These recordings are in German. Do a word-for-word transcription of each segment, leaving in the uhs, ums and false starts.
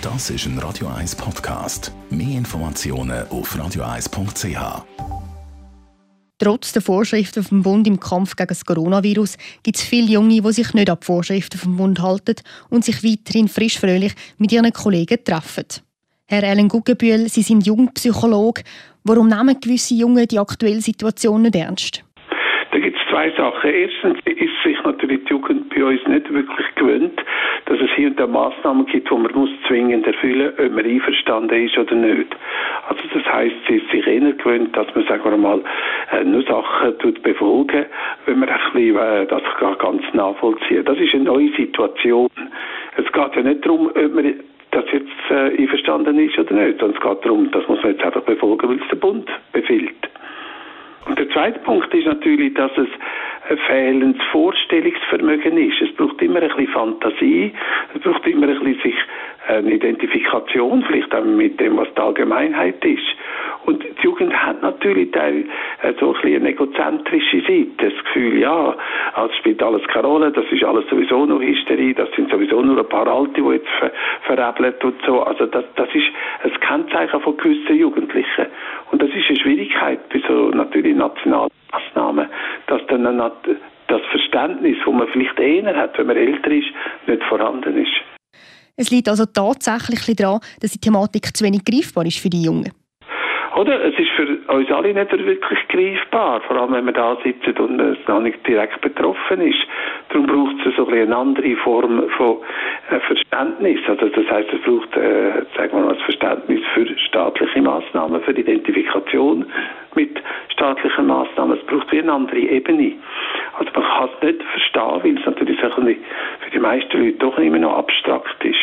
Das ist ein Radio eins Podcast. Mehr Informationen auf radio eins punkt c h. Trotz der Vorschriften vom Bund im Kampf gegen das Coronavirus gibt es viele Junge, die sich nicht an die Vorschriften vom Bund halten und sich weiterhin frisch fröhlich mit ihren Kollegen treffen. Herr Ellen Guggenbühl, Sie sind Jugendpsychologe. Warum nehmen gewisse Jungen die aktuelle Situation nicht ernst? Da gibt es zwei Sachen. Erstens ist sich natürlich die Jugend bei uns nicht wirklich gewöhnt, dass es hier und da Massnahmen gibt, die man muss zwingend erfüllen muss, ob man einverstanden ist oder nicht. Also das heisst, sie ist sich eher gewöhnt, dass man, sagen wir mal, nur Sachen tut befolgen, wenn man ein bisschen, äh, das ganz nachvollziehen. Das ist eine neue Situation. Es geht ja nicht darum, ob man das jetzt äh, einverstanden ist oder nicht, sondern es geht darum, das muss man jetzt einfach befolgen, weil es der Bund befiehlt. Und der zweite Punkt ist natürlich, dass es ein fehlendes Vorstellungsvermögen ist. Es braucht immer ein bisschen Fantasie, es braucht immer ein bisschen sich eine Identifikation, vielleicht auch mit dem, was die Allgemeinheit ist. Und die Jugend hat natürlich so ein bisschen eine egozentrische Seite. Das Gefühl, ja, es spielt alles keine Rolle, das ist alles sowieso nur Hysterie, das sind sowieso nur ein paar Alte, die jetzt ver- veräppeln und so. Also das, das ist ein Kennzeichen von gewissen Jugendlichen. Und das ist eine Schwierigkeit bei so natürlich nationalen Massnahmen, dass dann das Verständnis, das man vielleicht eher hat, wenn man älter ist, nicht vorhanden ist. Es liegt also tatsächlich daran, dass die Thematik zu wenig greifbar ist für die Jungen. Oder? Es ist für uns alle nicht wirklich greifbar, vor allem wenn man da sitzt und es noch nicht direkt betroffen ist. Darum braucht es so eine andere Form von äh, Verständnis. Also das heisst, es braucht äh, sagen wir mal, ein Verständnis für staatliche Massnahmen, für Identifikation mit staatlichen Massnahmen. Es braucht wie eine andere Ebene. Also man kann es nicht verstehen, weil es natürlich so ein für die meisten Leute doch immer noch abstrakt ist.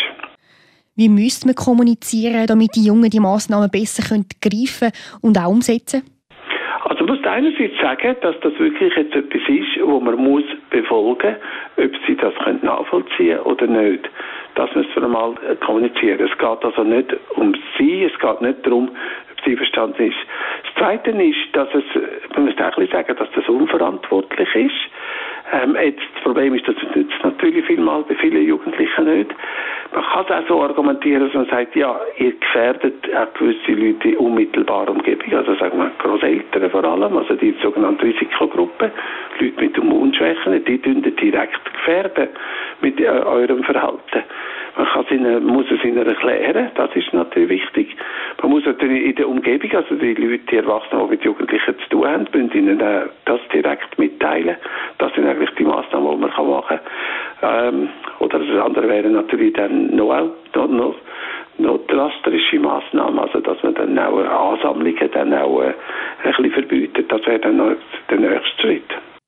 Wie müsste man kommunizieren, damit die Jungen die Massnahmen besser können greifen und auch umsetzen? Also man muss einerseits sagen, dass das wirklich jetzt etwas ist, wo man muss befolgen muss, ob sie das nachvollziehen können oder nicht. Das müssen wir mal kommunizieren. Es geht also nicht um sie, es geht nicht darum, ob sie verstanden ist. Das Zweite ist, dass es, man muss auch sagen, dass das unverantwortlich ist. Ähm, jetzt, das Problem ist, das nützt natürlich vielmal bei vielen Jugendlichen nicht. Man kann es auch so argumentieren, dass man sagt, ja, ihr gefährdet auch gewisse Leute in unmittelbarer Umgebung, also sagen wir Grosseltern vor allem, also die sogenannte Risikogruppe, Leute mit Immunschwächen, die tun direkt gefährden mit äh, eurem Verhalten. Man kann es ihnen, muss es ihnen erklären, das ist natürlich wichtig. Man muss natürlich in der Umgebung, also die Leute, die Erwachsenen, die mit Jugendlichen zu tun haben, müssen ihnen äh, das direkt mitteilen. Das sind eigentlich die Massnahmen, die man kann machen kann. Ähm, oder das andere wäre natürlich dann noch, noch, noch, noch drastische Massnahmen, also dass man dann auch Ansammlungen dann auch äh, ein bisschen verbietet. Das wäre dann noch der nächste Schritt.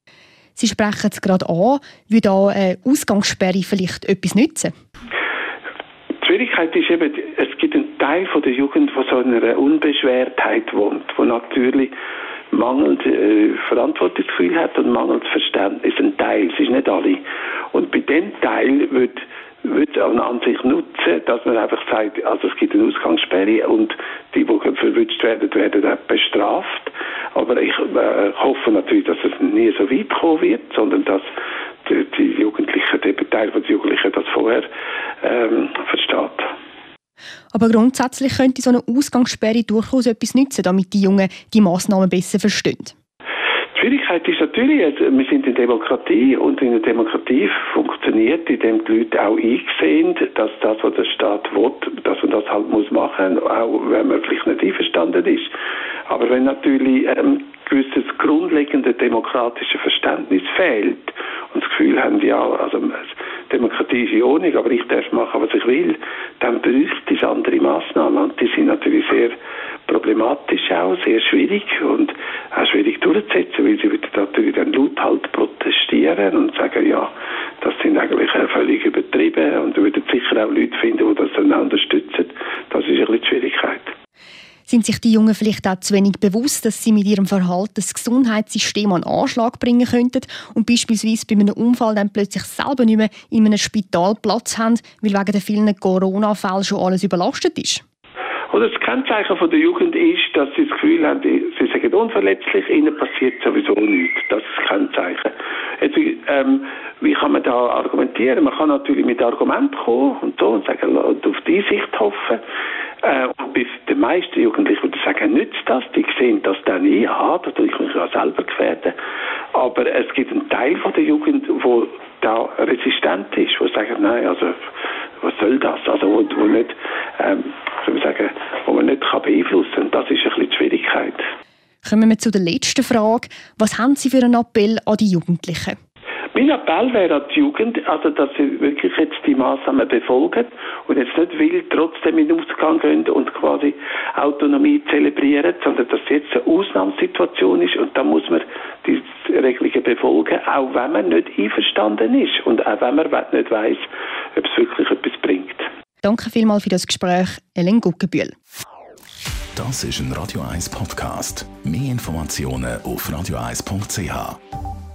Sie sprechen es gerade an, würde da eine Ausgangssperre vielleicht etwas nützen? Die Schwierigkeit ist eben, es gibt einen Teil von der Jugend, der so in einer Unbeschwertheit wohnt, wo natürlich mangelt äh, Verantwortungsgefühl hat und mangelt Verständnis. Ein Teil, es ist nicht alle. Und bei dem Teil wird wird an sich nutzen, dass man einfach sagt, also es gibt eine Ausgangssperre und die, die verwünscht werden, werden auch bestraft. Aber ich äh, hoffe natürlich, dass es nie so weit kommen wird, sondern dass die, die Jugendlichen, der Teil der Jugendlichen das vorher ähm, versteht. Aber grundsätzlich könnte so eine Ausgangssperre durchaus etwas nützen, damit die Jungen die Massnahmen besser verstehen. Die Schwierigkeit ist natürlich, wir sind in Demokratie und in der Demokratie funktioniert, indem die Leute auch einsehen, dass das, was der Staat will, dass man das halt muss machen, auch wenn man vielleicht nicht einverstanden ist. Aber wenn natürlich ähm, gewisses grundlegende demokratische Verständnis fehlt und das Gefühl haben, ja, also Demokratie ist in Ordnung, aber ich darf machen, was ich will, dann bräuchte es andere Massnahmen und die sind natürlich sehr problematisch auch, sehr schwierig und auch schwierig durchzusetzen, weil sie würden natürlich dann laut halt protestieren und sagen, ja, das sind eigentlich völlig übertrieben und würden sicher auch Leute finden, die das dann unterstützen. Das ist ein bisschen die Schwierigkeit. Sind sich die Jungen vielleicht auch zu wenig bewusst, dass sie mit ihrem Verhalten das Gesundheitssystem an Anschlag bringen könnten und beispielsweise bei einem Unfall dann plötzlich selber nicht mehr in einem Spital Platz haben, weil wegen der vielen Corona-Fällen schon alles überlastet ist? Oder das Kennzeichen von der Jugend ist, dass sie das Gefühl haben, sie sind unverletzlich, ihnen passiert sowieso nichts. Das ist das Kennzeichen. Jetzt, ähm, wie kann man da argumentieren? Man kann natürlich mit Argumenten kommen und so und sagen, auf die Einsicht hoffen. Äh, und bei den meisten Jugendlichen würde ich sagen, nützt das, die sehen das dann nie, ja, da tue ich mich ja selber gefährden. Aber es gibt einen Teil von der Jugend, wo da resistent ist, wo sagen, nein, also was soll das? Also wo, wo nicht, ähm, soll man sagen, wo man nicht kann beeinflussen kann. Und das ist ein bisschen die Schwierigkeit. Kommen wir zu der letzten Frage. Was haben Sie für einen Appell an die Jugendlichen? Mein Appell wäre an die Jugend, also dass sie wirklich jetzt die Massnahmen befolgen und jetzt nicht wild trotzdem in den Ausgang gehen und quasi Autonomie zelebrieren, sondern dass es jetzt eine Ausnahmesituation ist und da muss man die Regelungen befolgen, auch wenn man nicht einverstanden ist und auch wenn man nicht weiss, ob es wirklich etwas bringt. Danke vielmals für das Gespräch, Ellen Guggenbühl. Das ist ein Radio eins Podcast. Mehr Informationen auf radio eins punkt c h.